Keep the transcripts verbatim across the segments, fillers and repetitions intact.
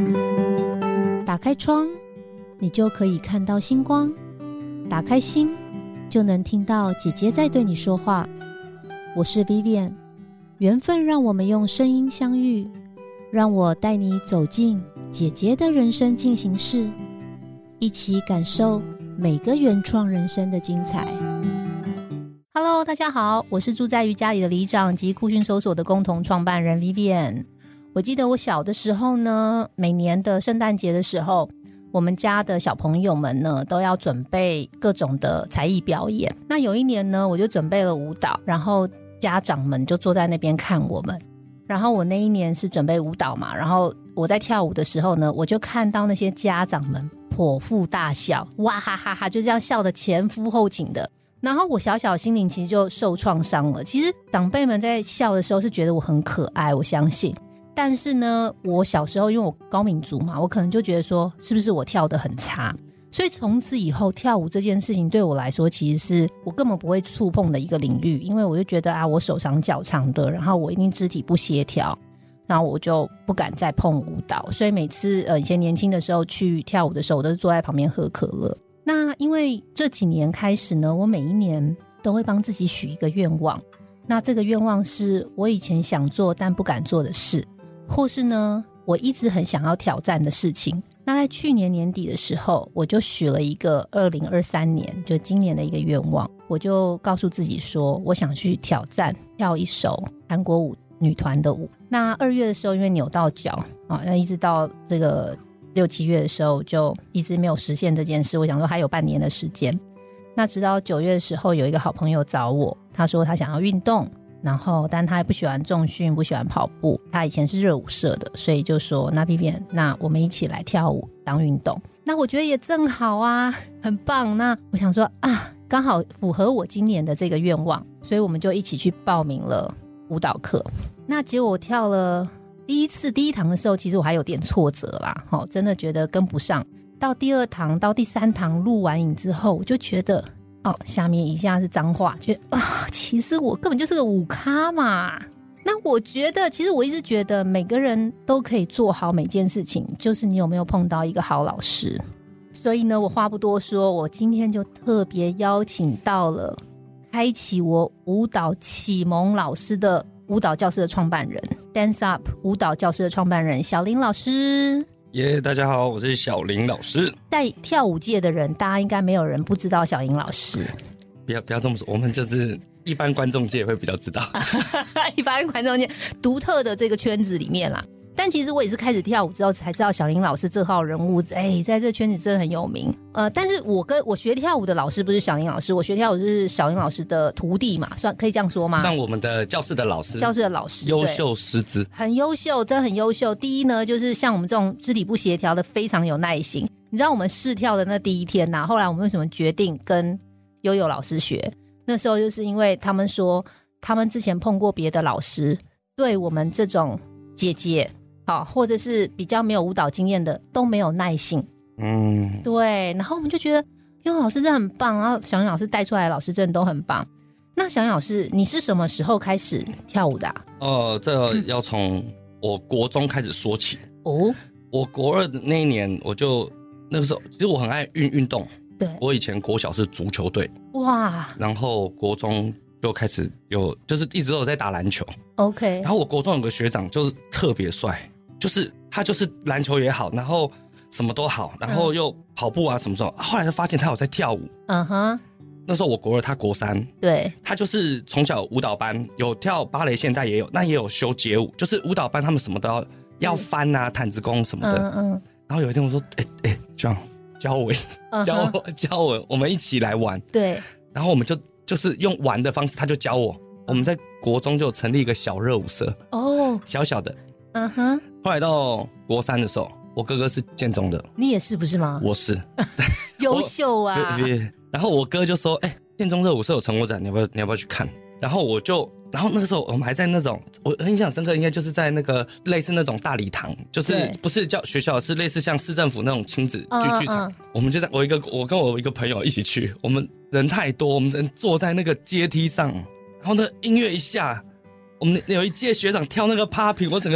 打开窗，你就可以看到星光；打开心，就能听到姐姐在对你说话。我是 Vivian， 缘分让我们用声音相遇，让我带你走进姐姐的人生进行式，一起感受每个原创人生的精彩。Hello， 大家好，我是住在于家里的里长及酷讯搜索的共同创办人 Vivian。我记得我小的时候呢，每年的圣诞节的时候，我们家的小朋友们呢都要准备各种的才艺表演。那有一年呢，我就准备了舞蹈，然后家长们就坐在那边看我们。然后我那一年是准备舞蹈嘛，然后我在跳舞的时候呢，我就看到那些家长们剖腹大笑，哇哈哈哈，就这样笑得前夫后颈的。然后我小小心灵其实就受创伤了。其实长辈们在笑的时候是觉得我很可爱，我相信。但是呢，我小时候因为我高敏族嘛，我可能就觉得说是不是我跳得很差，所以从此以后跳舞这件事情对我来说其实是我根本不会触碰的一个领域。因为我就觉得啊，我手长脚长的，然后我一定肢体不协调，然后我就不敢再碰舞蹈。所以每次呃以前年轻的时候去跳舞的时候，我都是坐在旁边喝可乐。那因为这几年开始呢，我每一年都会帮自己许一个愿望。那这个愿望是我以前想做但不敢做的事，或是呢我一直很想要挑战的事情。那在去年年底的时候，我就许了一个二零二三年就今年的一个愿望，我就告诉自己说我想去挑战跳一首韩国舞女团的舞。那二月的时候因为扭到脚啊，那一直到这个六七月的时候就一直没有实现这件事。我想说还有半年的时间。那直到九月的时候，有一个好朋友找我，他说他想要运动，然后但他不喜欢重训，不喜欢跑步，他以前是热舞社的，所以就说那 Vivian， 那我们一起来跳舞当运动。那我觉得也正好啊，很棒。那我想说啊，刚好符合我今年的这个愿望，所以我们就一起去报名了舞蹈课。那结果我跳了第一次第一堂的时候，其实我还有点挫折啦、哦、真的觉得跟不上。到第二堂到第三堂录完影之后，我就觉得哦，下面一下是脏话，觉得啊，其实我根本就是个舞咖嘛。那我觉得其实我一直觉得每个人都可以做好每件事情，就是你有没有碰到一个好老师。所以呢，我话不多说，我今天就特别邀请到了开启我舞蹈启蒙老师的舞蹈教室的创办人 Dance Up 舞蹈教室的创办人小林老师。 耶、yeah, 大家好，我是小林老师。 在跳舞界的人，大家应该没有人不知道小林老师。 不要不要这么说，我们就是一般观众界会比较知道。 一般观众界独特的这个圈子里面啦。但其实我也是开始跳舞之后才知道小林老师这号人物，哎，在这圈子真的很有名。呃，但是我跟我学跳舞的老师不是小林老师，我学跳舞是小林老师的徒弟嘛，算可以这样说吗？ 像我们的教室的老师， 教室的老师， 优秀师资， 很优秀，真的很优秀。第一呢，就是像我们这种肢体不协调的，非常有耐心。你知道我们试跳的那第一天啊，后来我们为什么决定跟悠悠老师学？那时候就是因为他们说，他们之前碰过别的老师，对我们这种姐姐。好，或者是比较没有舞蹈经验的都没有耐性。嗯，对。然后我们就觉得悠悠老师真的很棒，然后小林老师带出来的老师真的都很棒。那小林老师，你是什么时候开始跳舞的啊？ 呃，这要从我国中开始说起。哦，我国二的那一年，我就那个时候，其实我很爱运运动。对，我以前国小是足球队，哇，然后国中就开始有，就是一直都有在打篮球。OK， 然后我国中有个学长就是特别帅。就是他就是篮球也好，然后什么都好，然后又跑步啊什么时候、嗯、后来才发现他有在跳舞。嗯哼，那时候我国二，他国三。对，他就是从小舞蹈班有跳芭蕾，现代也有，那也有修街舞，就是舞蹈班他们什么都要要翻啊毯子功什么的。嗯嗯，然后有一天我说哎哎、欸欸、John 教我、uh-huh. 教我教我我们一起来玩。对，然后我们就就是用玩的方式，他就教我，我们在国中就成立一个小热舞社。哦，小小的。嗯哼，后来到国三的时候，我哥哥是建中的，你也是不是吗？我是，优秀啊！然后我哥就说：“哎、欸，建中热舞社有成果展，你要不要？你要不要去看？”然后我就，然后那个时候我们还在那种，我印象深刻，应该就是在那个类似那种大礼堂，就是不是叫学校，是类似像市政府那种亲子剧剧场。我们就在我一个，我跟我一个朋友一起去，我们人太多，我们人坐在那个阶梯上，然后呢音乐一下，我们有一届学长跳那个 popping， 我整个。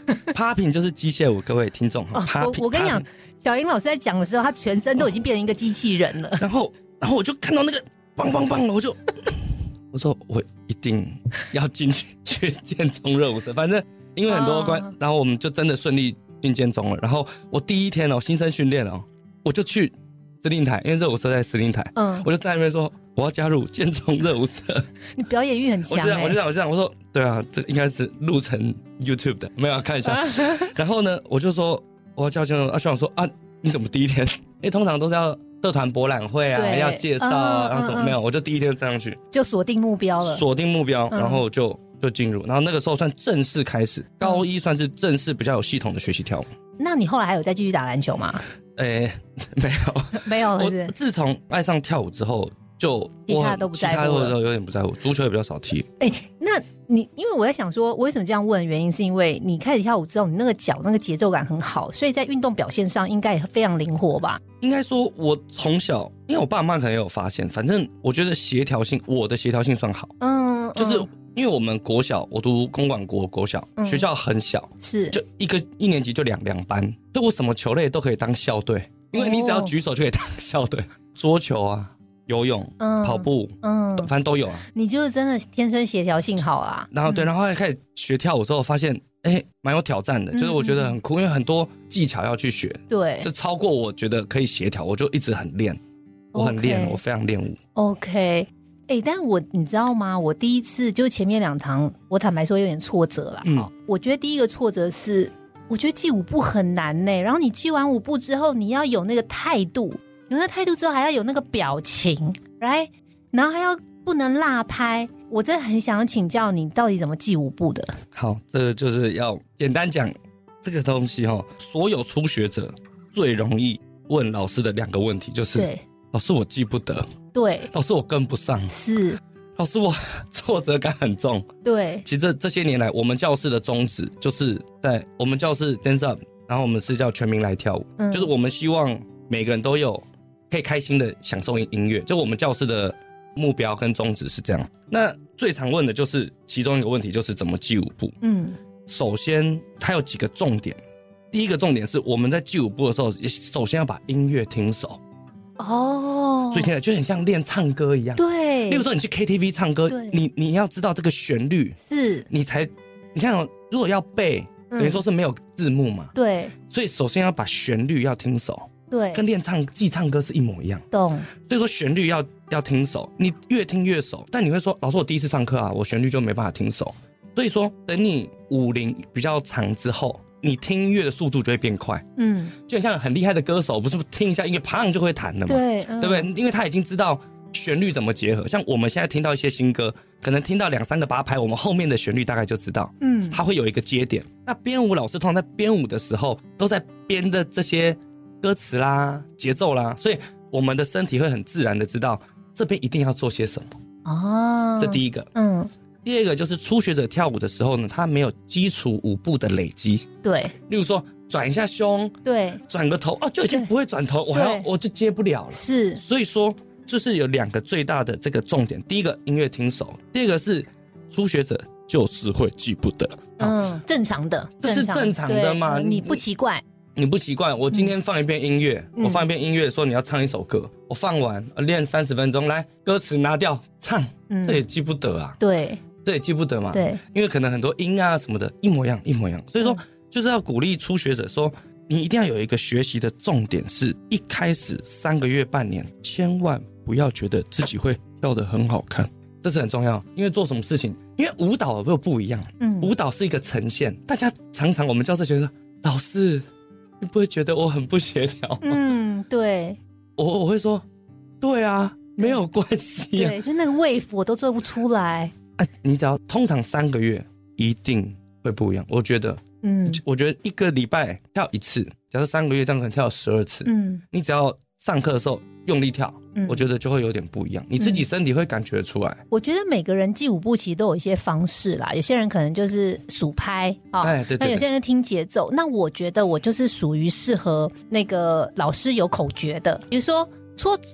popping 就是机械舞，各位听众、哦、 我, 我跟你讲，小英老师在讲的时候，他全身都已经变成一个机器人了。 然后，然后我就看到那个棒棒棒了，我就我说我一定要进去去建中热舞社。反正因为很多关，哦、然后我们就真的顺利进建中了。然后我第一天哦，新生训练哦，我就去司令台，因为热舞社在司令台，嗯，我就在那边说我要加入建中热舞社。你表演欲很强、欸， 我就这样，我就这样，我就这样，我说对啊，这应该是录成 YouTube 的，没有看一下。然后呢，我就说我要叫建中，啊，学长说啊，你怎么第一天？因为通常都是要社团博览会啊，要介绍啊，然后什么、嗯嗯、没有，我就第一天站上去， 就锁定目标了， 锁定目标，然后就就进入，然后那个时候算正式开始，高一算是正式比较有系统的学习跳舞。 那你后来还有再继续打篮球吗？ 诶、欸，没有， 没有了是。 我自从爱上跳舞之后，就其他都不在乎了， 其他都有点不在乎，足球也比较少踢。 哎、欸，那你因为我在想说，为什么这样问？原因是因为你开始跳舞之后，你那个脚那个节奏感很好，所以在运动表现上应该也非常灵活吧？ 应该说，我从小，因为我爸妈可能也有发现，反正我觉得协调性，我的协调性算好。嗯，就是。嗯因为我们国小，我读公馆国国小、嗯，学校很小，是就一个一年级就两两班，所以我什么球类都可以当校队，因为你只要举手就可以当校队，桌球啊、游泳、嗯、跑步，嗯，反正都有啊。 你就是真的天生协调性好啊。 然后对，然后开始学跳舞之后，发现哎，蛮有挑战的，就是我觉得很酷，因为很多技巧要去学，对，就超过我觉得可以协调，我就一直很练，我很练， okay. 我非常练舞。OK。哎、欸，但我你知道吗？我第一次就前面两堂，我坦白说有点挫折啦。嗯，我觉得第一个挫折是，我觉得记舞步很难呢。然后你记完舞步之后，你要有那个态度，有那态度之后还要有那个表情，来，然后还要不能落拍。我真的很想请教你，到底怎么记舞步的？好，这个就是要简单讲这个东西哈。所有初学者最容易问老师的两个问题就是：对，老师我记不得。对，老师我跟不上，是老师我挫折感很重。对，其实 这, 这些年来我们教室的宗旨就是在我们教室 dance up， 然后我们是叫全民来跳舞、嗯、就是我们希望每个人都有可以开心的享受音乐，就我们教室的目标跟宗旨是这样。那最常问的就是其中一个问题就是怎么记舞步。嗯，首先它有几个重点，第一个重点是我们在记舞步的时候首先要把音乐听熟。哦，所以听起来就很像练唱歌一样。对，例如说你去 K T V 唱歌，你你要知道这个旋律，是你才你看哦，如果要背，等于说是没有字幕嘛。对，所以首先要把旋律要听熟。对，跟练唱记唱歌是一模一样。懂。所以说旋律要要听熟，你越听越熟。但你会说，老师我第一次上课啊，我旋律就没办法听熟。所以说，等你舞龄比较长之后。你听音乐的速度就会变快，嗯，就很像很厉害的歌手，不是听一下音乐，砰就会弹了嘛，对，嗯、对不对？因为他已经知道旋律怎么结合。像我们现在听到一些新歌，可能听到两三个八拍，我们后面的旋律大概就知道，嗯，它会有一个接点。那编舞老师通常在编舞的时候，都在编的这些歌词啦、节奏啦，所以我们的身体会很自然的知道这边一定要做些什么。哦，这第一个，嗯。第二个就是初学者跳舞的时候呢，他没有基础舞步的累积。对，例如说转一下胸，对，转个头，哦，就已经不会转头，我还要我就接不了了。是，所以说就是有两个最大的这个重点，第一个音乐听熟，第二个是初学者就是会记不得。嗯，正常的，这是正常的嘛？你不奇怪。你不习惯，我今天放一遍音乐、嗯，我放一遍音乐，说你要唱一首歌，我放完练三十分钟，来歌词拿掉唱、嗯，这也记不得啊。对，这也记不得嘛。对，因为可能很多音啊什么的，一模一样，一模一样。所以说，嗯、就是要鼓励初学者说，你一定要有一个学习的重点是，一开始三个月、半年，千万不要觉得自己会跳得很好看，这是很重要。因为做什么事情，因为舞蹈又不一样，嗯，舞蹈是一个呈现，大家常常我们教室觉得老师。你不会觉得我很不协调吗？嗯，对，我我会说，对啊，没有关系、啊。对，就那个 wave 我都做不出来。啊，你只要通常三个月一定会不一样，我觉得，嗯，我觉得一个礼拜跳一次，假设三个月这样可能跳十二次，嗯，你只要上课的时候用力跳、嗯，我觉得就会有点不一样，你自己身体会感觉出来。嗯、我觉得每个人记舞步其实都有一些方式啦，有些人可能就是数拍啊，哎，对对对，那有些人听节奏。那我觉得我就是属于适合那个老师有口诀的，比如说搓桌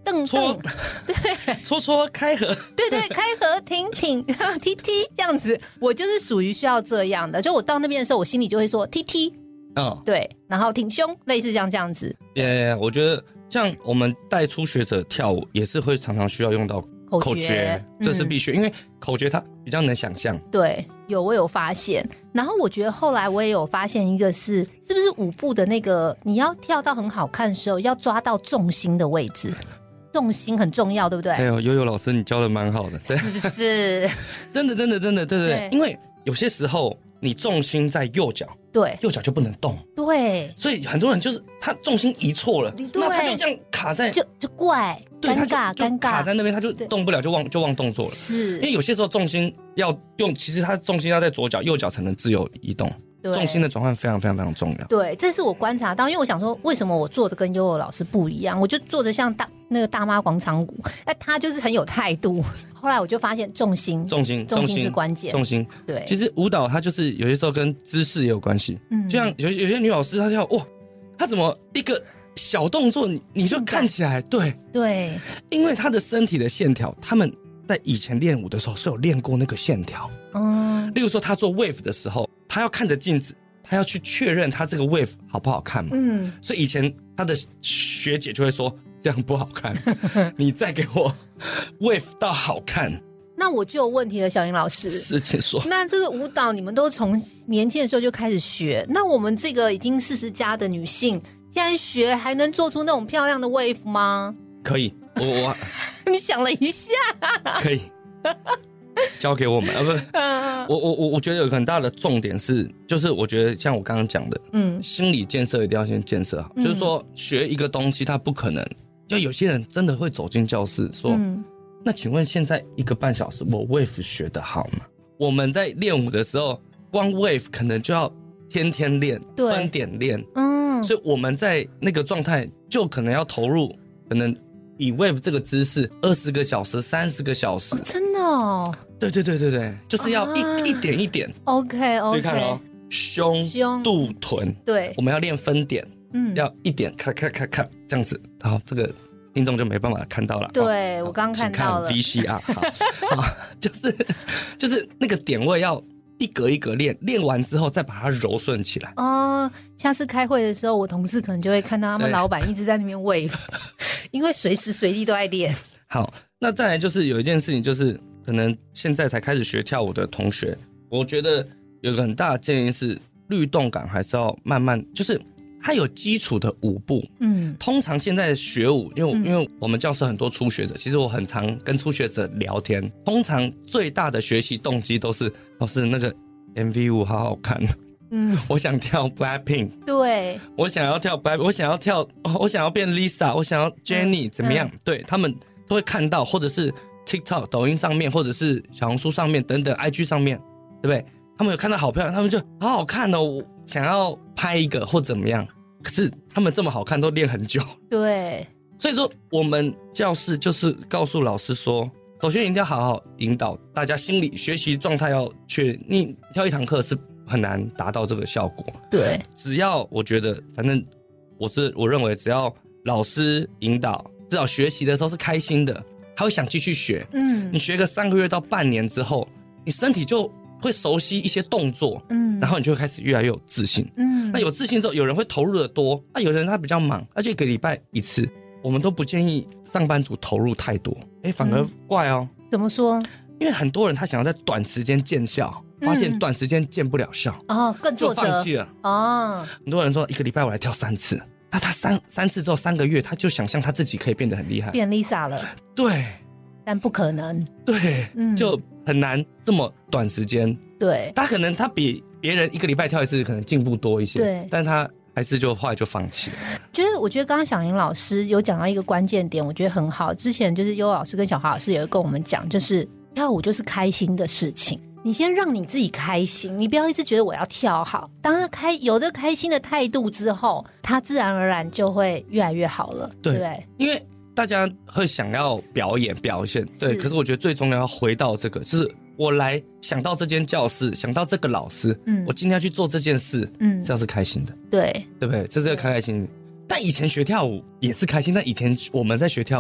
蹬蹬， 对，搓搓开合， 对对，开合挺挺踢踢这样子，我就是属于需要这样的。就我到那边的时候，我心里就会说踢踢，嗯，对，然后挺胸，类似像这样子。 耶、yeah, 我觉得像我们带初学者跳舞，也是会常常需要用到口诀，口诀这是必须、嗯，因为口诀它比较能想象。 对，有我有发现。然后我觉得后来我也有发现一个是，是不是舞步的那个你要跳到很好看的时候，要抓到重心的位置。重心很重要，对不对？ 哎呦，悠悠老师，你教的蛮好的，对， 是不是？ 真的，真的，真的，对对对。因为有些时候你重心在右脚， 对， 右脚就不能动， 对， 所以很多人就是他重心移错了，那他就这样卡在， 就就怪， 对， 尴尬，尴尬， 卡在那边，他就动不了，就忘就忘动作了。 是， 因为有些时候重心要用，其实他重心要在左脚，右脚才能自由移动。重心的转换非常非常非常重要。 对，这是我观察到，因为我想说，为什么我做的跟悠悠老师不一样？我就做的像大那个大妈广场舞，哎，他就是很有态度。后来我就发现重心， 重心， 重心是关键。 重心， 对。 其实舞蹈它就是有些时候跟姿势也有关系。嗯，就像有有些女老师，她叫哇，她怎么一个小动作，你你就看起来对对， 因为她的身体的线条，他们在以前练舞的时候是有练过那个线条。嗯，例如说她做 wave 的时候。他要看着镜子，他要去确认他这个 wave 好不好看嘛？嗯，所以以前他的学姐就会说这样不好看，你再给我 wave 到好看。 那我就有问题了，小英老师。 是，请说。 那这个舞蹈你们都从年轻的时候就开始学，那我们这个已经四十加的女性，现在学还能做出那种漂亮的 wave 吗？ 可以，我我你想了一下， 可以。交给我们啊，不是，我我我我觉得有个很大的重点是，就是我觉得像我刚刚讲的，嗯，心理建设一定要先建设好，嗯、就是说学一个东西，它不可能，就有些人真的会走进教室说，嗯、那请问现在一个半小时我 wave 学得好吗？我们在练舞的时候，光 wave 可能就要天天练，分点练，嗯，所以我们在那个状态就可能要投入，可能。以 wave 这个姿势二十个小时三十个小时、 哦、真的哦， 对对对对对，就是要一、啊、一点一点 OK OK， 所以看哦，胸胸肚臀，对，我们要练分点，嗯，要一点咔咔咔咔这样子，好，这个听众就没办法看到了， 对、哦、我刚看到了 V C R 好, 好就是就是那个点位要一格一格练，练完之后再把它柔顺起来。 哦，下次开会的时候，我同事可能就会看到他们老板一直在那边wave，因为随时随地都在练。 好，那再来就是有一件事情，就是可能现在才开始学跳舞的同学，我觉得有个很大的建议是，律动感还是要慢慢，就是它有基础的舞步。嗯，通常现在学舞，因为、嗯、因为我们教室很多初学者，其实我很常跟初学者聊天，通常最大的学习动机都是老师那个 M V 舞好好看。嗯，我想跳 Blackpink， 对， 我想要跳 Black， 我想要跳，我想要变 Lisa， 我想要 Jennie，、嗯、怎么样、嗯？对，他们都会看到，或者是 TikTok 抖音上面，或者是小红书上面等等 I G 上面，对不对？他们有看到好漂亮，他们就好好看哦，我想要拍一个或怎么样。可是他们这么好看，都练很久。 对， 所以说我们教室就是告诉老师说，首先一定要好好引导大家心理学习状态要确，你跳一堂课是很难达到这个效果。 对， 只要我觉得，反正我是我认为，只要老师引导，至少学习的时候是开心的，他会想继续学。嗯，你学个三个月到半年之后，你身体就会熟悉一些动作，嗯，然后你就会开始越来越有自信。嗯，那有自信之后，有人会投入的多，那有人他比较忙，而且一个礼拜一次，我们都不建议上班族投入太多。哎，反而怪哦、 嗯。怎么说？ 因为很多人他想要在短时间见效。发现短时间见不了效、 嗯、哦，更挫折， 就放弃了哦。很多人说一个礼拜我来跳三次，那他三三次之后三个月，他就想象他自己可以变得很厉害， 变 Lisa 了。 对， 但不可能。 对，嗯，就很难这么短时间。 对， 他可能他比别人一个礼拜跳一次，可能进步多一些。 对， 但他还是就后来就放弃了。 觉得我觉得刚刚小莹老师有讲到一个关键点，我觉得很好。之前就是悠悠老师跟小华老师也有跟我们讲，就是跳舞就是开心的事情。你先让你自己开心，你不要一直觉得我要跳好。当他开有这开心的态度之后，他自然而然就会越来越好了， 对, 对不对？ 因为大家会想要表演表现，对。可是我觉得最重要要回到这个，就是我来想到这间教室，想到这个老师，嗯，我今天要去做这件事，嗯，这样是开心的， 对， 对不对？这是个开开心。但以前学跳舞也是开心，但以前我们在学跳舞。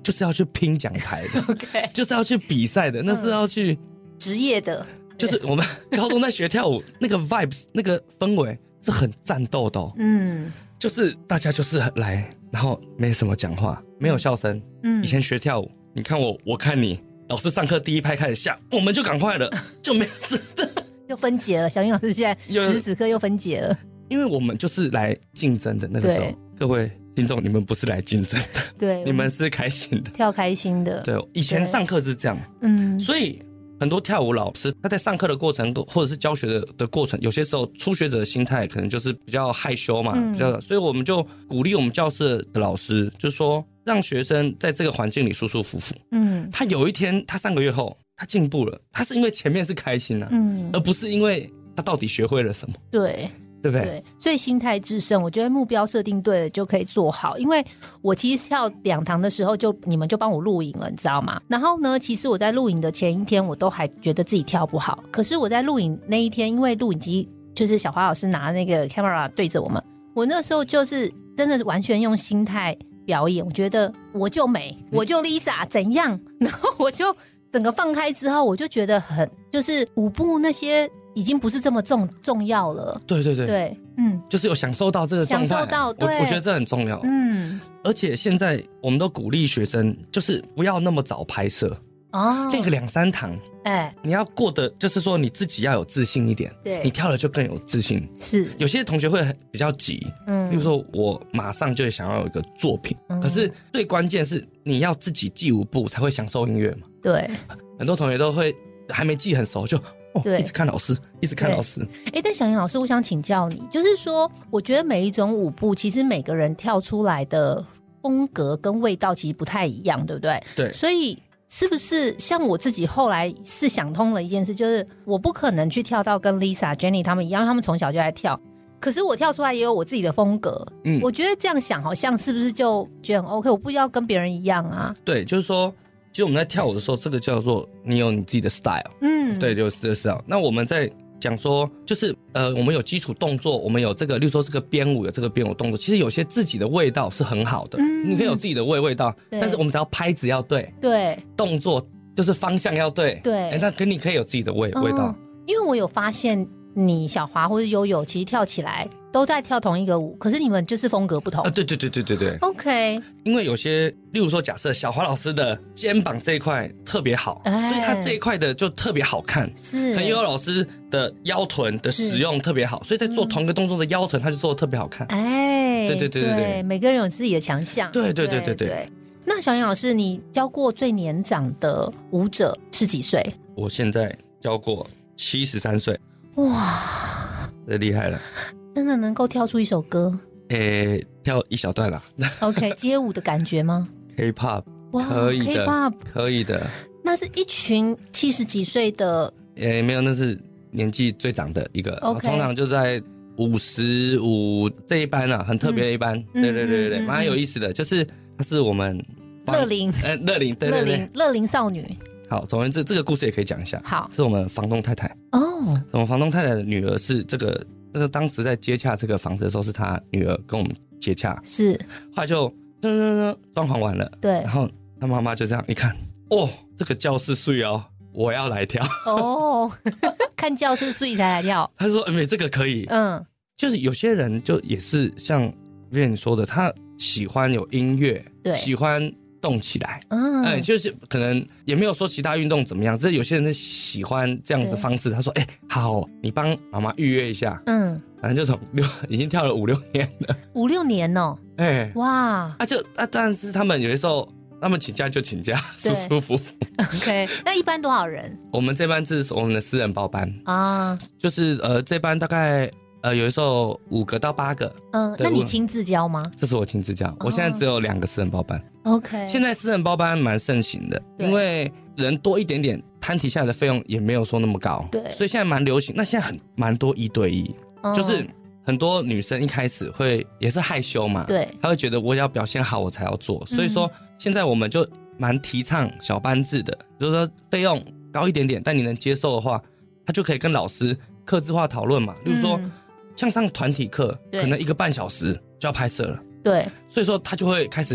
就是要去拼奖台的 ，OK， 就是要去比赛的，那是要去、嗯、 职业的。 就是我们高中在学跳舞，那个 vibes 那个氛围是很战斗的、哦，嗯，就是大家就是来，然后没什么讲话，没有笑声。嗯，以前学跳舞，你看我，我看你，老师上课第一拍开始下，我们就赶快了，就没有真的又分解了。小英老师现在此时此刻又分解了， 因为我们就是来竞争的那个时候，各位听众，你们不是来竞争的，对，你们是开心的， 跳开心的。 对，以前上课是这样，嗯，所以很多跳舞老师他在上课的过程或者是教学 的, 的过程，有些时候初学者的心态可能就是比较害羞嘛，嗯、比较，所以我们就鼓励我们教室的老师，就是说让学生在这个环境里舒舒服服。嗯，他有一天他三个月后他进步了，他是因为前面是开心啊，嗯，而不是因为他到底学会了什么。 对。 对不对？ 对，所以心态制胜，我觉得目标设定对了就可以做好。因为我其实跳两堂的时候就，就你们就帮我录影了，你知道吗？然后呢，其实我在录影的前一天，我都还觉得自己跳不好。可是我在录影那一天，因为录影机就是小华老师拿那个 camera 对着我们，我那时候就是真的完全用心态表演。我觉得我就美，我就 Lisa 怎样，然后我就整个放开之后，我就觉得很就是舞步那些。已经不是这么重重要了。 对对对对， 嗯， 就是有享受到这个状态， 享受到，对， 我, 我觉得这很重要。嗯，而且现在我们都鼓励学生，就是不要那么早拍摄哦，练个两三堂，哎，你要过得就是说你自己要有自信一点，对，你跳了就更有自信。是，有些同学会比较急，嗯，例如说我马上就想要有一个作品，嗯，可是最关键是你要自己记舞步才会享受音乐嘛。对，很多同学都会还没记很熟就。哦、一直看老师，一直看老师。 哎，但小英老师，我想请教你，就是说，我觉得每一种舞步，其实每个人跳出来的风格跟味道其实不太一样，对不对？对。所以，是不是像我自己后来是想通了一件事，就是我不可能去跳到跟 Lisa、Jenny 他们一样，他们从小就在跳。可是我跳出来也有我自己的风格。嗯，我觉得这样想，好像是不是就觉得很 OK？我不要跟别人一样啊。 对，就是说。其实我们在跳舞的时候，这个叫做你有你自己的 style， 嗯，对，就是这个 style。那我们在讲说，就是呃，我们有基础动作，我们有这个，例如说这个编舞有这个编舞动作，其实有些自己的味道是很好的，嗯，你可以有自己的味味道，但是我们只要拍子要对，对，动作就是方向要对，对，那可你可以有自己的味、嗯、味道。 因为我有发现你小华或者悠悠其实跳起来都在跳同一个舞，可是你们就是风格不同啊！对对对对对对 ，OK。 因为有些，例如说，假设小华老师的肩膀这一块特别好，哎，所以他这一块的就特别好看。是，可能悠悠老师的腰臀的使用特别好，所以在做同一个动作的腰臀，他就做的特别好看。哎，对对对对 对, 对， 每个人有自己的强项。 对对对对 对, 对, 对。 那小英老师，你教过最年长的舞者是几岁？ 我现在教过七十三岁。哇，这厉害了！ 真的能够跳出一首歌？ 诶，跳一小段啦。 OK， 街舞的感觉吗 ？K-pop 可以的 ，K-pop 可以的。 那是一群七十几岁的？ 诶，没有，那是年纪最长的一个。OK， 通常就在五十五这一班啊，很特别的一班。嗯、对对对对对，蛮、嗯、有意思的，就是它是我们乐龄， 呃，乐龄，对对对， 乐龄少女。 好，总而言之，这个故事也可以讲一下。好，这是我们房东太太哦。我们房东太太的女儿是这个，那个当时在接洽这个房子的时候，是她女儿跟我们接洽。是，后来就噔噔噔，装潢完了。对，然后她妈妈就这样一看，哦，这个教室睡哦，我要来跳。哦， 看教室睡才来跳。 她说：“哎，这个可以。”嗯，就是有些人就也是像 Vivian 说的，他喜欢有音乐，对，喜欢。动起来，嗯，哎，就是可能也没有说其他运动怎么样，这有些人是喜欢这样的方式。他说：“哎、欸，好，你帮妈妈预约一下。”嗯，反正就从六已经跳了五六年了， 五六年哦，哎、欸，哇， 啊就啊，但是他们有的时候他们请假就请假，舒舒服服。 OK， 那一般多少人？ 我们这班是我们的私人包班啊，就是呃这班大概。呃，有的时候五个到八个， 嗯，那你亲自教吗？ 这是我亲自教，哦、我现在只有两个私人包班。 OK， 现在私人包班蛮盛行的，因为人多一点点，摊提下来的费用也没有说那么高，对，所以现在蛮流行。那现在很蛮多一对一，哦、就是很多女生一开始会也是害羞嘛，对，她会觉得我要表现好我才要做，所以说、嗯、现在我们就蛮提倡小班制的，就是说费用高一点点，但你能接受的话，他就可以跟老师客制化讨论嘛，例如说。嗯像上团体课，可能一个半小时就要拍摄了，对，所以说他就会开始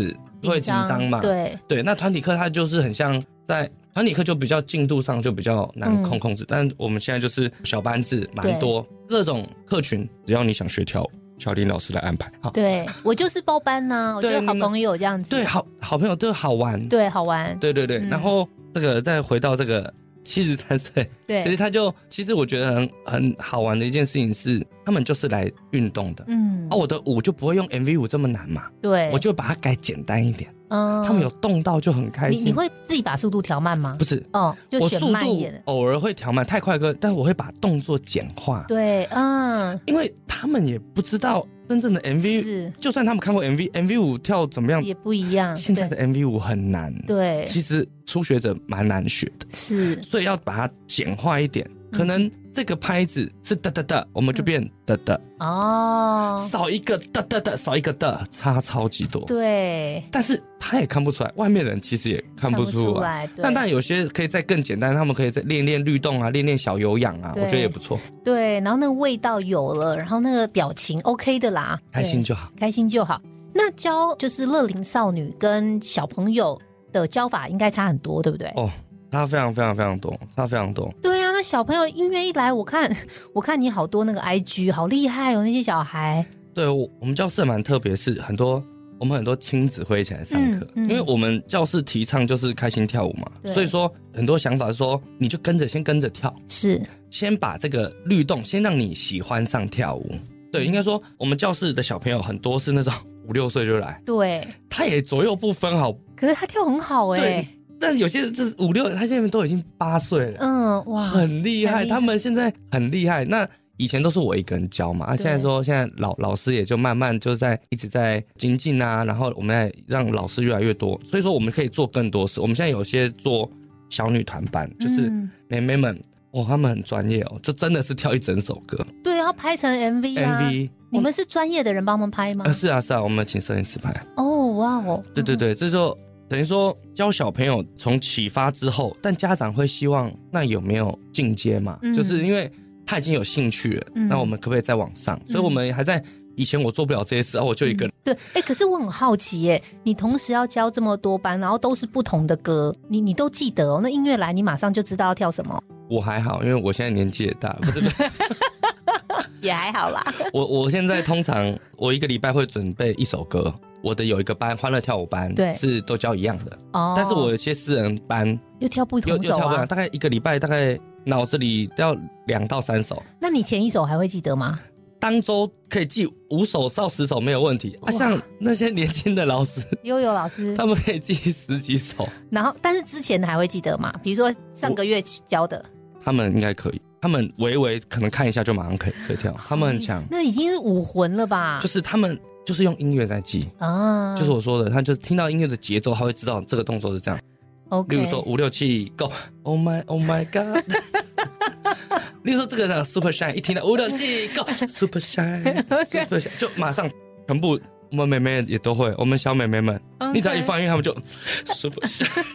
会紧张嘛。 对对，那团体课它就是很像在团体课就比较进度上就比较难控控制，嗯、但我们现在就是小班制，蛮多各种课群，只要你想学跳舞，乔林老师来安排。 对，我就是包班呐、啊，我觉得好朋友这样子。 对，好好朋友都好玩。 对，好玩。 对对对，嗯、然后这个再回到这个七十三岁， 对， 其实他就其实我觉得很很好玩的一件事情是，他们就是来运动的。嗯，啊，我的舞就不会用 M V 舞这么难嘛， 对， 我就把它改简单一点。嗯，他们有动到就很开心。 你你会自己把速度调慢吗？ 不是， 哦，就选慢一点的。 我速度偶尔会调慢，太快歌，但我会把动作简化。 对，嗯， 因为他们也不知道真正的 M V， 是就算他们看过 M V，M V 舞跳怎么样也不一样。 现在的 M V 舞很难， 对， 其实初学者蛮难学的， 是， 所以要把它简化一点。可能这个拍子是哒哒哒，我们就变哒哒哦，少一个哒哒哒，少一个哒，差超级多。 对， 但是他也看不出来，外面的人其实也看不出来。但但有些可以再更简单，他们可以再练练律动啊，练练小有氧啊，我觉得也不错。 对，然后那个味道有了，然后那个表情 OK 的啦， 开心就好， 开心就好。那教就是乐龄少女跟小朋友的教法应该差很多，对不对？ 哦。差非常非常非常多，差非常多。 对啊，那小朋友音乐一来，我看我看你好多那个 I G， 好厉害哦，那些小孩。 对，我我们教室蛮特别，是很多我们很多亲子会一起来上课，嗯嗯、因为我们教室提倡就是开心跳舞嘛，所以说很多想法是说，你就跟着先跟着跳， 是先把这个律动，先让你喜欢上跳舞。对，应该说我们教室的小朋友很多是那种五六岁就来， 对， 他也左右不分好， 可是他跳很好哎、欸。 对。但有些人是五六，他现在都已经八岁了， 嗯，哇， 很厉害，他们现在很厉害。那以前都是我一个人教嘛，啊，现在说现在老老师也就慢慢就在一直在精进啊，然后我们在让老师越来越多，所以说我们可以做更多事。我们现在有些做小女团班，就是妹妹们，哇、哦，他们很专业哦，这真的是跳一整首歌， 对，要拍成 M V 啊 ，M V， 你们是专业的人帮他们拍吗？ 呃，是啊是啊，我们请摄影师拍。 哦，哇哦， 对对对，这就。等于说教小朋友从启发之后，但家长会希望那有没有进阶嘛、嗯、就是因为他已经有兴趣了、嗯、那我们可不可以再往上、嗯、所以我们还在以前我做不了这些事、哦、我就一个人、 嗯、对，哎，可是我很好奇耶，你同时要教这么多班，然后都是不同的歌，你你都记得哦？那音乐来你马上就知道要跳什么？ 我还好，因为我现在年纪也大，不是不是也还好啦。 我我现在通常我一个礼拜会准备一首歌，我的有一个班欢乐跳舞班，对，是都教一样的哦。但是我有些私人班又跳不同首、啊、 又又跳不了，大概一个礼拜大概脑子里要两到三首。 那你前一首还会记得吗？ 当周可以记五首到十首没有问题啊。像那些年轻的老师， 悠悠老师， 他们可以记十几首。 然后，但是之前的还会记得吗？比如说上个月教的， 他们应该可以。他们微微可能看一下就马上可以可以跳，他们很强。 那已经是武魂了吧？ 就是他们就是用音乐在记啊，就是我说的，他就是听到音乐的节奏，他会知道这个动作是这样。 OK， 例如说五六七 Go， Oh my Oh my God。例如说这个呢 Super Shine， 一听到五六七 Go Super Shine，Super Shine 就马上全部我们妹妹也都会，我们小妹妹们， okay. 你只要一放音乐，他们就 Super Shine，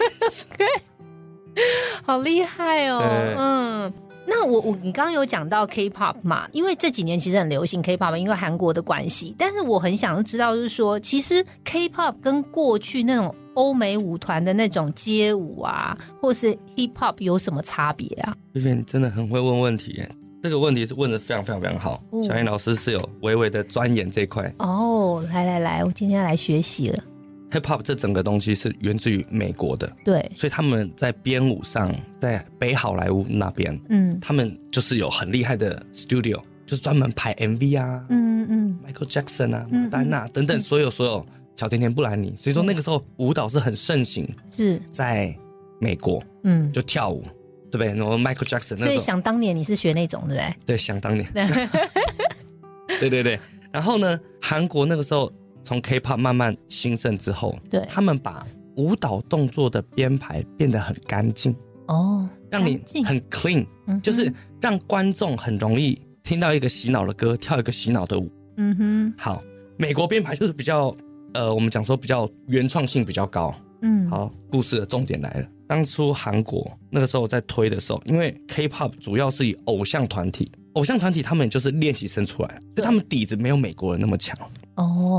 好厉害哦，嗯。那我我你刚刚有讲到 K-pop 嘛，因为这几年其实很流行 K-pop， 因为韩国的关系。但是我很想知道，就是说，其实 K-pop 跟过去那种欧美舞团的那种街舞啊，或是 Hip Hop 有什么差别啊 ？Vivian 你真的很会问问题耶，这个问题是问得非常非常非常好。哦、小燕老师是有微微的钻研这一块。 哦，来来来，我今天要来学习了。 Hip Hop 这整个东西是源自于美国的， 对， 所以他们在编舞上，在北好莱坞那边，嗯，他们就是有很厉害的 studio， 就是专门拍 M V 啊，嗯嗯 ，Michael Jackson 啊，马丹娜等等，所有所有小甜甜布兰妮，所以说那个时候舞蹈是很盛行， 是在美国，嗯，就跳舞，对不对？然后 Michael Jackson， 那时候， 所以想当年你是学那种，对不对？ 对，想当年，对对对，然后呢，韩国那个时候。从 K-pop 慢慢兴盛之后，对，他们把舞蹈动作的编排变得很干净哦，让你很 clean，嗯、就是让观众很容易听到一个洗脑的歌，跳一个洗脑的舞。嗯哼，好，美国编排就是比较呃，我们讲说比较原创性比较高。嗯，好，故事的重点来了。当初韩国那个时候在推的时候，因为 K-pop 主要是以偶像团体，偶像团体他们就是练习生出来，所以他们底子没有美国人那么强。哦，好，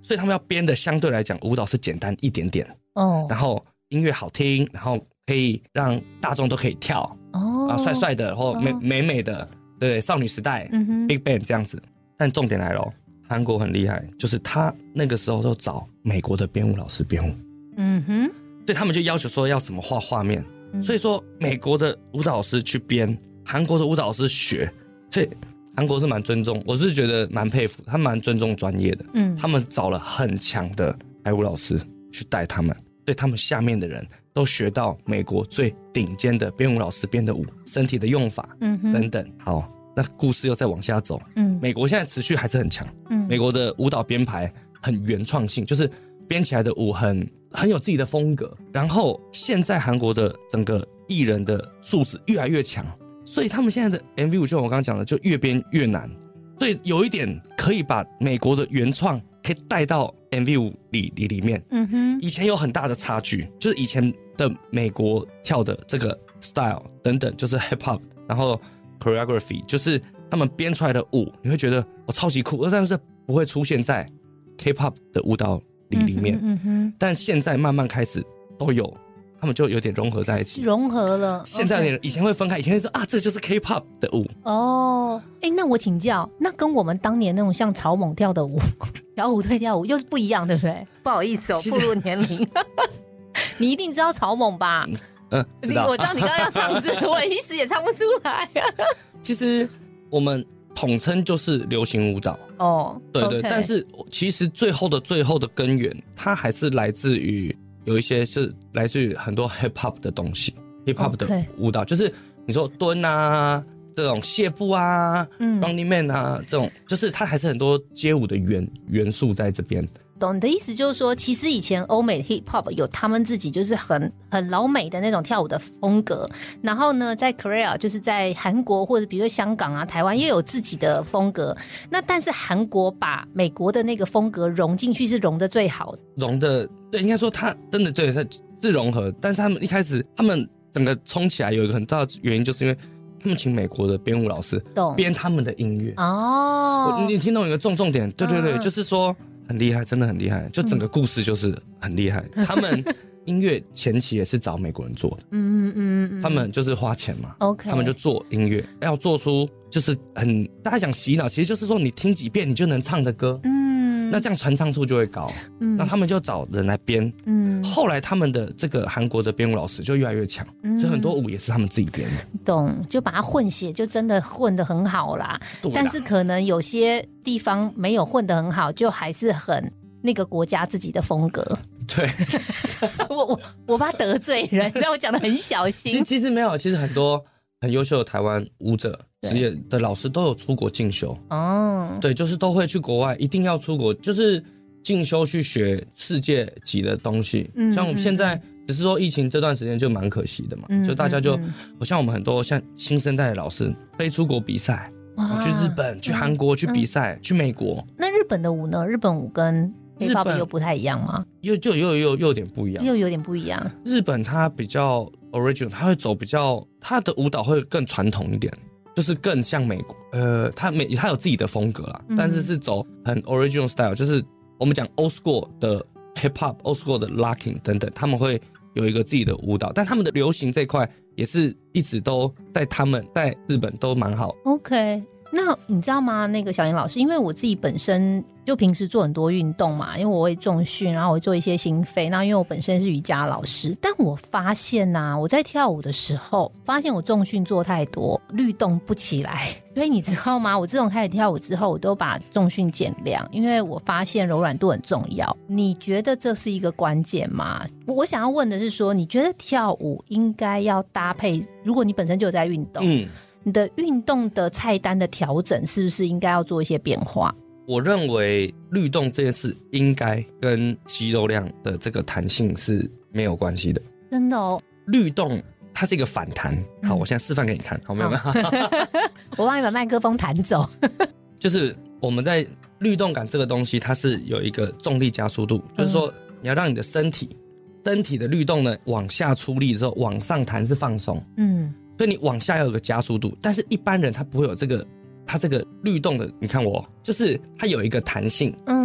所以他们要编的相对来讲舞蹈是简单一点点哦，然后音乐好听，然后可以让大众都可以跳哦，啊，帅帅的，然后美、哦、美美的，对，少女时代、嗯、Big Bang 这样子。但重点来了，韩国很厉害，就是他那个时候都找美国的编舞老师编舞，嗯哼，所以他们就要求说要什么画画面、嗯，所以说美国的舞蹈老师去编，韩国的舞蹈老师学，所以韩国是蛮尊重，我是觉得蛮佩服，他蛮尊重专业的，嗯，他们找了很强的排舞老师去带他们，所以他们下面的人都学到美国最顶尖的编舞老师编的舞，身体的用法，嗯哼，等等。好，那故事又再往下走，嗯，美国现在持续还是很强，嗯，美国的舞蹈编排很原创性，就是编起来的舞很很有自己的风格。然后现在韩国的整个艺人的素质越来越强，所以他们现在的 M V 舞就我刚刚讲的，就越编越难。所以有一点可以把美国的原创可以带到 M V 舞 里, 里, 里面，嗯哼，以前有很大的差距，就是以前的美国跳的这个 style 等等，就是 hip hop， 然后 choreography， 就是他们编出来的舞，你会觉得哦超级酷，但是不会出现在 K-pop 的舞蹈里里面，嗯哼，嗯哼，但现在慢慢开始都有，他们就有点融合在一起， 融合了。 现在的以前会分开，以前会说啊，这就是 K-pop 的舞。哦， 哎，那我请教，那跟我们当年那种像草蜢跳的舞、小虎队跳舞又是不一样，对不对？不好意思哦，暴露年龄。你一定知道草蜢吧？ 嗯，知道。 我知道你刚刚要唱字，我一时也唱不出来。 其实我们统称就是流行舞蹈。哦，对对， okay，但是其实最后的最后的根源，它还是来自于。有一些是来自于很多 hip hop 的东西 ，hip hop 的舞蹈， okay，就是你说蹲啊，这种谢步啊，嗯 ，Running Man 啊，这种，就是它还是很多街舞的元元素在这边。 懂你的意思就是说，其实以前欧美 hip hop 有他们自己就是很很老美的那种跳舞的风格，然后呢，在 Korea 就是在韩国或者比如说香港啊、台湾也有自己的风格。那但是韩国把美国的那个风格融进去是融的最好的， 融的对，应该说它真的对，它是融合。但是他们一开始他们整个冲起来有一个很大的原因，就是因为他们请美国的编舞老师编他们的音乐哦。你听懂一个重重点？对对对，嗯，就是说。很厉害，真的很厉害，就整个故事就是很厉害。嗯，他们音乐前期也是找美国人做的，嗯嗯嗯，他们就是花钱嘛 ，OK， 他们就做音乐，要做出就是很大家讲洗脑，其实就是说你听几遍你就能唱的歌，嗯，那这样传唱度就会高，嗯，那他们就找人来编，嗯，后来他们的这个韩国的编舞老师就越来越强，嗯，所以很多舞也是他们自己编的， 懂，就把它混写，就真的混得很好啦，啦但是可能有些地方没有混得很好，就还是很那个国家自己的风格。 对， 我我我怕得罪人，让我讲得很小心。 其实其实没有，其实很多很优秀的台湾舞者职业的老师都有出国进修哦。对，就是都会去国外，一定要出国，就是进修去学世界级的东西。嗯，像我们现在只是说疫情这段时间就蛮可惜的嘛，嗯，就大家就，我像我们很多像新生代的老师飞出国比赛。去日本、去韩国、嗯、去比赛、嗯、去美国。 那日本的舞呢？日本舞跟 K-pop 又不太一样吗？ 又就又又又有点不一样， 又有点不一样。 日本它比较 original， 它会走比较，它的舞蹈会更传统一点，就是更像美国。呃，它美它有自己的风格啦，嗯，但是是走很 original style， 就是我们讲 old school 的 hip hop、old school 的 locking 等等，他们会有一个自己的舞蹈，但他们的流行这一块。也是一直都在他们在日本都蛮好。 OK， 那你知道吗，那个小妍老师，因为我自己本身就平时做很多运动嘛，因为我会重训，然后我会做一些心肺，那因为我本身是瑜伽老师，但我发现啊，我在跳舞的时候发现我重训做太多，律动不起来，所以你知道吗，我自从开始跳舞之后，我都把重训减量，因为我发现柔软度很重要。你觉得这是一个关键吗？我想要问的是说，你觉得跳舞应该要搭配，如果你本身就有在运动，嗯，你的运动的菜单的调整是不是应该要做一些变化？ 我认为律动这件事应该跟肌肉量的这个弹性是没有关系的。 真的哦， 律动它是一个反弹。好，我现在示范给你看，好没有？ 我帮你把麦克风弹走。 就是我们在律动感这个东西，它是有一个重力加速度，嗯，就是说你要让你的身体身体的律动呢往下出力之后，往上弹是放松，嗯，所以你往下要有个加速度，但是一般人他不会有这个。它这个律动的，你看我，就是它有一个弹性，嗯，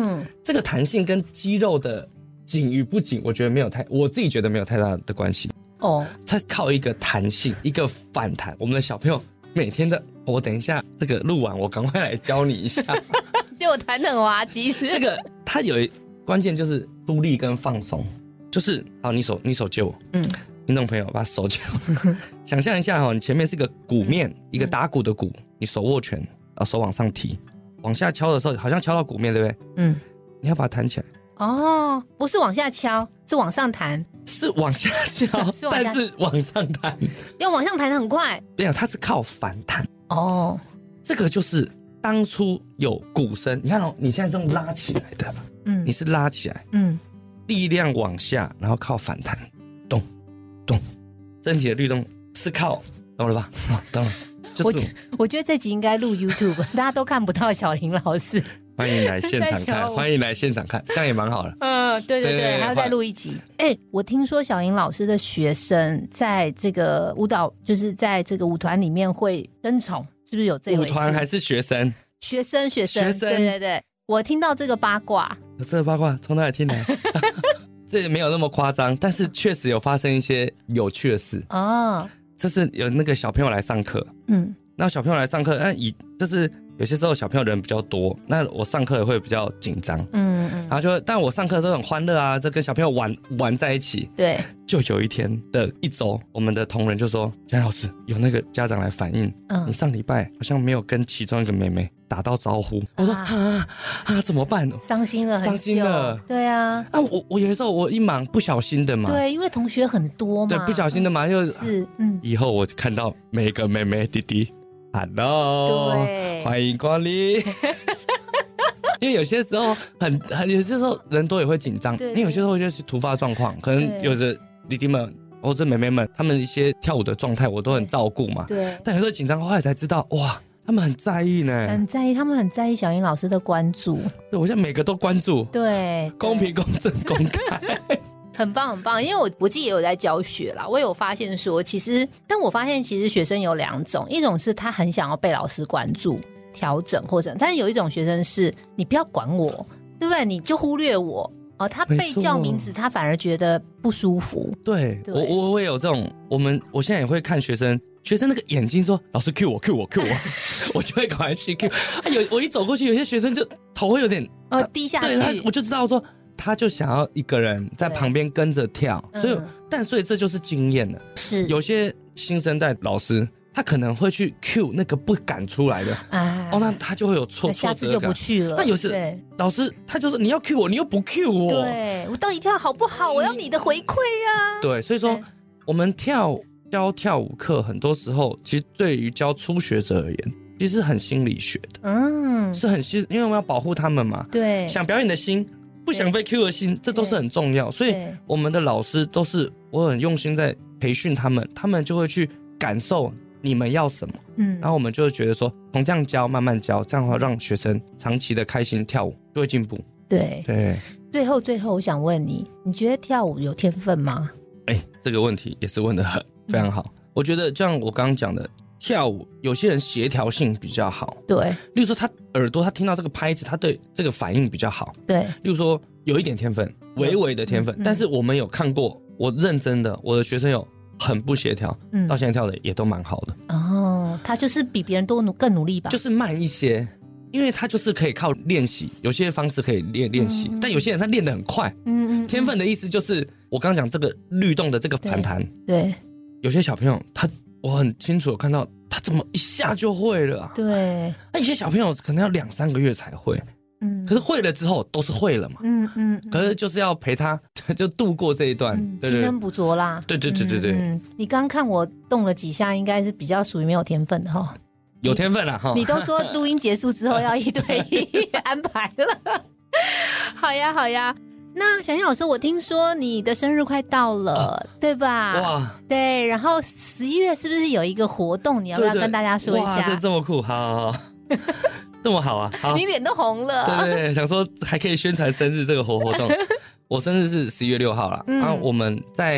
这个弹性跟肌肉的紧与不紧，我觉得没有太，我自己觉得没有太大的关系哦。它靠一个弹性，一个反弹。我们的小朋友每天的，我等一下这个录完，我赶快来教你一下。 结果弹得很滑稽。 这个它有一关键就是出力跟放松，就是好，你手你手借我，嗯，听众朋友把手借我，想象一下哈，你前面是个鼓面，一个打鼓的鼓，你手握拳，啊，手往上提，往下敲的时候，好像敲到鼓面，对不对？嗯，你要把它弹起来。 哦，不是往下敲，是往上弹， 是往下敲，是但是往上弹， 要往上弹得很快。 没有，它是靠反弹。哦，这个就是当初有鼓声，你看哦，你现在是用拉起来的，嗯，你是拉起来，嗯，力量往下，然后靠反弹，动动，身体的律动是靠，懂了吧？啊，懂了。就是、 我我觉得这集应该录 YouTube， 大家都看不到小林老师。 欢迎来现场看，欢迎来现场看，这样也蛮好的。 嗯，对对 对, 对，还要再录一集。哎、欸，我听说小林老师的学生在这个舞蹈，就是在这个舞团里面会争宠，是不是有这回事？ 舞团还是学生？ 学生，学生， 学生。 对对对，我听到这个八卦， 有这个八卦从哪里听来？这没有那么夸张，但是确实有发生一些有趣的事哦。这是有那个小朋友来上课，嗯，那小朋友来上课，那以就是有些时候小朋友人比较多，那我上课也会比较紧张，嗯嗯，然后就但我上课的时候很欢乐啊，这跟小朋友玩玩在一起， 对。 就有一天的一周，我们的同仁就说：“江老师，有那个家长来反映，嗯，你上礼拜好像没有跟其中一个妹妹打到招呼。”我说：“啊啊，怎么办？ 伤心了很久， 伤心了。” 对啊， 啊，我我有的时候我一忙不小心的嘛， 对，因为同学很多嘛， 对，不小心的嘛， 嗯、 就是嗯，以后我看到每一个妹妹弟弟 ，Hello， 对，欢迎光临。因为有些时候很很，有些时候人多也会紧张，因为有些时候就是突发状况，可能有的弟弟们或者妹妹们，他们一些跳舞的状态我都很照顾嘛， 对。 但有时候紧张，后来才知道，哇，他们很在意呢， 很在意，他们很在意小英老师的关注。 对，我现在每个都关注， 对， 公平、公正、公开。 很棒很棒，因为我我自己也有在教学啦，我有发现说，其实，但我发现其实学生有两种，一种是他很想要被老师关注、调整或者，但是有一种学生是你不要管我，对不对？你就忽略我哦，他被叫名字，他反而觉得不舒服。 对，对我我我也有这种，我们我现在也会看学生，学生那个眼睛说老师 Q 我 Q 我 Q 我，我就会赶快去 Q。啊，有我一走过去，有些学生就头会有点呃低下去， 对，我就知道说。他就想要一个人在旁边跟着跳，所以、嗯、但所以这就是经验了。 是有些新生代老师，他可能会去 cue 那个不敢出来的，哎，哦，那他就会有挫下次就不去了。 那有时老师他就说你要 cue 我，你又不 cue 我， 对我到底跳好不好？我要你的回馈啊。 对，所以说我们跳教跳舞课，很多时候其实对于教初学者而言，其实是很心理学的，嗯，是很心，因为我们要保护他们嘛， 对， 想表演的心。不想被 Q 的心，这都是很重要，所以我们的老师都是我很用心在培训他们，他们就会去感受你们要什么，嗯，然后我们就会觉得说，从这样教慢慢教，这样的话让学生长期的开心跳舞就会进步。 对对， 最后最后我想问你，你觉得跳舞有天分吗？ 哎、欸，这个问题也是问得很非常好，嗯、我觉得就像我刚刚讲的。跳舞有些人协调性比较好， 对， 例如说他耳朵他听到这个拍子，他对这个反应比较好， 对， 例如说有一点天分，微微的天分，嗯、但是我们有看过，我认真的，我的学生有很不协调，嗯，到现在跳的也都蛮好的。 哦，他就是比别人多努更努力吧？ 就是慢一些，因为他就是可以靠练习，有些方式可以练练习，但有些人他练得很快，嗯嗯，天分的意思就是我刚刚讲这个律动的这个反弹， 对，对有些小朋友他。我很清楚有看到他怎么一下就会了、啊， 对。 那有些小朋友可能要两三个月才会，嗯，可是会了之后都是会了嘛，嗯 嗯, 嗯。可是就是要陪他就度过这一段， 嗯、勤能补拙啦。 对对对对对。 嗯，你刚看我动了几下，应该是比较属于没有天分的哈。 有天分啦哈。 你都说录音结束之后要一对一安排了，好呀好呀。那小英老师，我听说你的生日快到了，啊、对吧？哇，对，然后十一月是不是有一个活动？你要不要跟大家说一下？ 哇，这这么酷，好好好，这么好啊！好你脸都红了。 对对对，想说还可以宣传生日这个活活动。我生日是十一月六号啦，嗯、然后我们在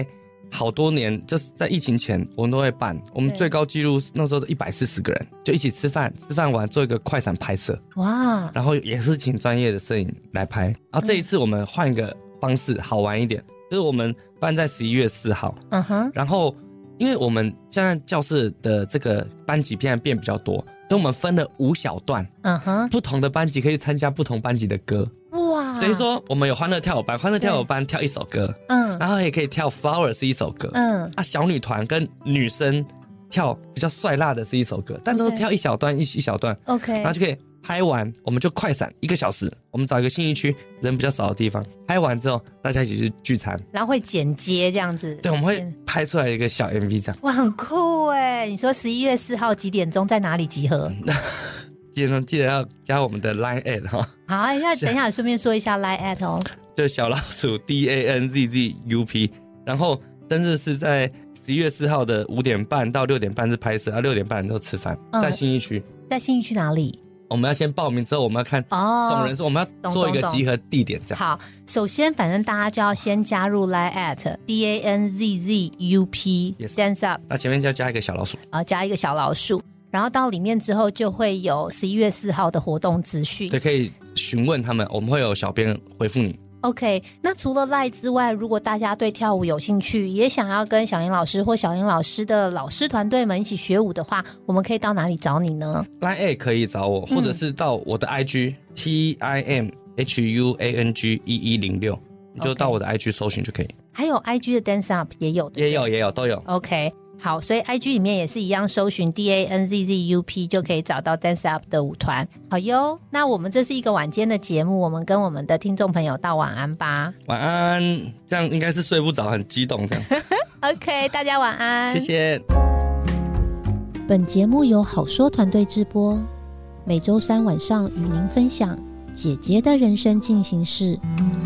好多年，就是在疫情前我们都会办，我们最高纪录那时候一百四十个人就一起吃饭，吃饭完做一个快闪拍摄，哇，然后也是请专业的摄影来拍。然后这一次我们换一个方式，好玩一点，就是我们办在十一月四号，嗯哼，然后因为我们现在教室的这个班级现在变比较多，所以我们分了五小段，嗯哼，不同的班级可以参加不同班级的歌。哇，等于说我们有欢乐跳舞班，欢乐跳舞班跳一首歌，嗯，然后也可以跳 Flower 是一首歌，嗯，啊，小女团跟女生跳比较帅辣的是一首歌，但都跳一小段 一, 一小段 ，OK， 然后就可以拍完，我们就快闪一个小时，我们找一个信义区人比较少的地方，拍完之后大家一起去聚餐， 然后会剪接这样子， 对，我们会拍出来一个小 M V 这样， 哇，很酷哎！你说十一月四号几点钟在哪里集合？ 记得记得要加我们的 Line at 哈。 好，要等一下顺便说一下 Line at 哦， 就小老鼠 D A N Z Z U P， 然后登日是在十一月四号的五点半到六点半是拍摄，啊六点半之后吃饭，嗯，在信义区。 在信义区哪里？ 我们要先报名之后，我们要看总人数，我们要做一个集合地点这样。 好，首先反正大家就要先加入 Line at D A N Z Z U P Dance Up， 那前面就要加一个小老鼠， 啊，加一个小老鼠。然后到里面之后就会有十一月四号的活动资讯， 对，可以询问他们，我们会有小编回复你。 OK， 那除了 Line 之外，如果大家对跳舞有兴趣，也想要跟小英老师或小英老师的老师团队们一起学舞的话，我们可以到哪里找你呢？ Line A 可以找我，或者是到我的 I G、嗯、T I M H U A N G 一一零六，你就到我的 I G 搜寻就可以。 还有 I G 的 Dance Up 也有， 也有也有都有。 OK，好，所以 I G 里面也是一样，搜寻 D A N Z Z U P 就可以找到 Dance Up 的舞团。好哟，那我们这是一个晚间的节目，我们跟我们的听众朋友道晚安吧。 晚安，这样应该是睡不着，很激动这样。 OK， 大家晚安， 谢谢。 本节目由好说团队制播，每周三晚上与您分享姐姐的人生进行式。